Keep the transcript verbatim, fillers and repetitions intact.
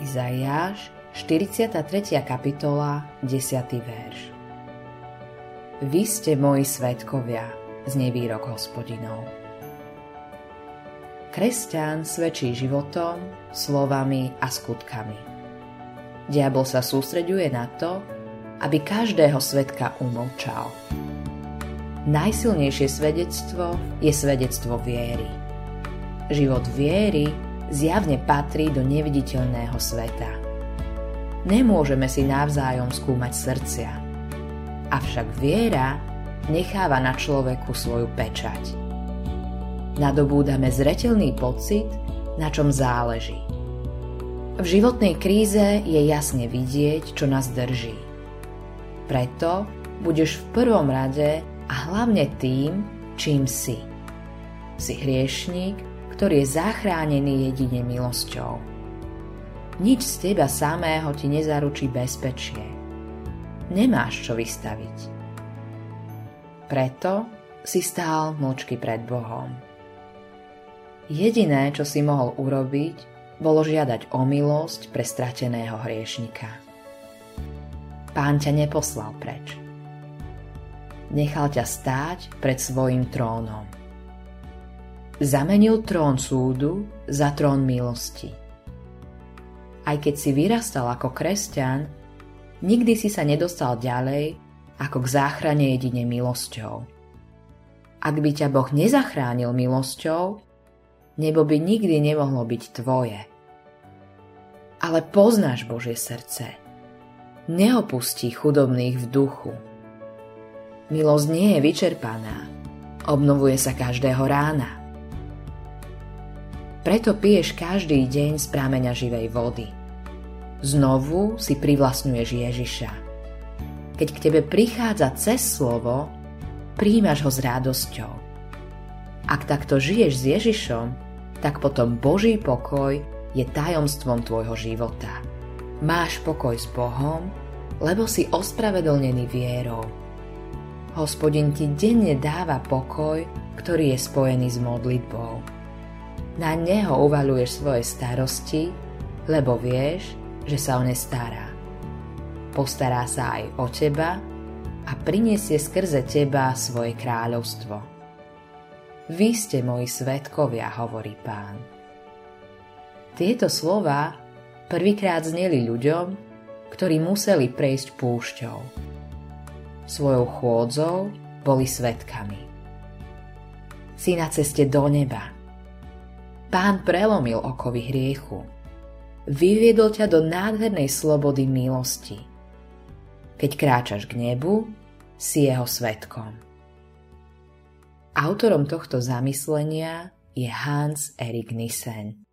Izaiáš, štyridsiata tretia kapitola, desiaty verš. Vy ste moji svedkovia, znie výrok Hospodinov. Kresťan svedčí životom, slovami a skutkami. Diabol sa sústreďuje na to, aby každého svedka umlčal. Najsilnejšie svedectvo je svedectvo viery. Život viery zjavne patrí do neviditeľného sveta. Nemôžeme si navzájom skúmať srdcia, avšak viera necháva na človeku svoju pečať. Nadobúdame zreteľný pocit, na čom záleží. V životnej kríze je jasne vidieť, čo nás drží. Preto budeš v prvom rade a hlavne tým, čím si. Si hriešník, ktorý je zachránený jedine milosťou. Nič z teba samého ti nezaručí bezpečie. Nemáš čo vystaviť. Preto si stál mlčky pred Bohom. Jediné, čo si mohol urobiť, bolo žiadať o milosť pre strateného hriešnika. Pán ťa neposlal preč. Nechal ťa stáť pred svojím trónom. Zamenil trón súdu za trón milosti. Aj keď si vyrastal ako kresťan, nikdy si sa nedostal ďalej ako k záchrane jedine milosťou. Ak by ťa Boh nezachránil milosťou, nebo by nikdy nemohlo byť tvoje. Ale poznáš Božie srdce. Neopustí chudobných v duchu. Milosť nie je vyčerpaná, obnovuje sa každého rána. Preto piješ každý deň z prameňa živej vody. Znovu si privlastňuješ Ježiša. Keď k tebe prichádza cez slovo, prijímaš ho s radosťou. Ak takto žiješ s Ježišom, tak potom Boží pokoj je tajomstvom tvojho života. Máš pokoj s Bohom, lebo si ospravedlnený vierou. Hospodin ti denne dáva pokoj, ktorý je spojený s modlitbou. Na neho uvaľuješ svoje starosti, lebo vieš, že sa o ne stará. Postará sa aj o teba a prinesie skrze teba svoje kráľovstvo. Vy ste moji svedkovia, hovorí Pán. Tieto slová prvýkrát zneli ľuďom, ktorí museli prejsť púšťou. Svojou chôdzou boli svedkami. Si na ceste do neba. Pán prelomil okovy hriechu. Vyviedol ťa do nádhernej slobody milosti. Keď kráčaš k nebu, si jeho svedkom. Autorom tohto zamyslenia je Hans Erik Nissen.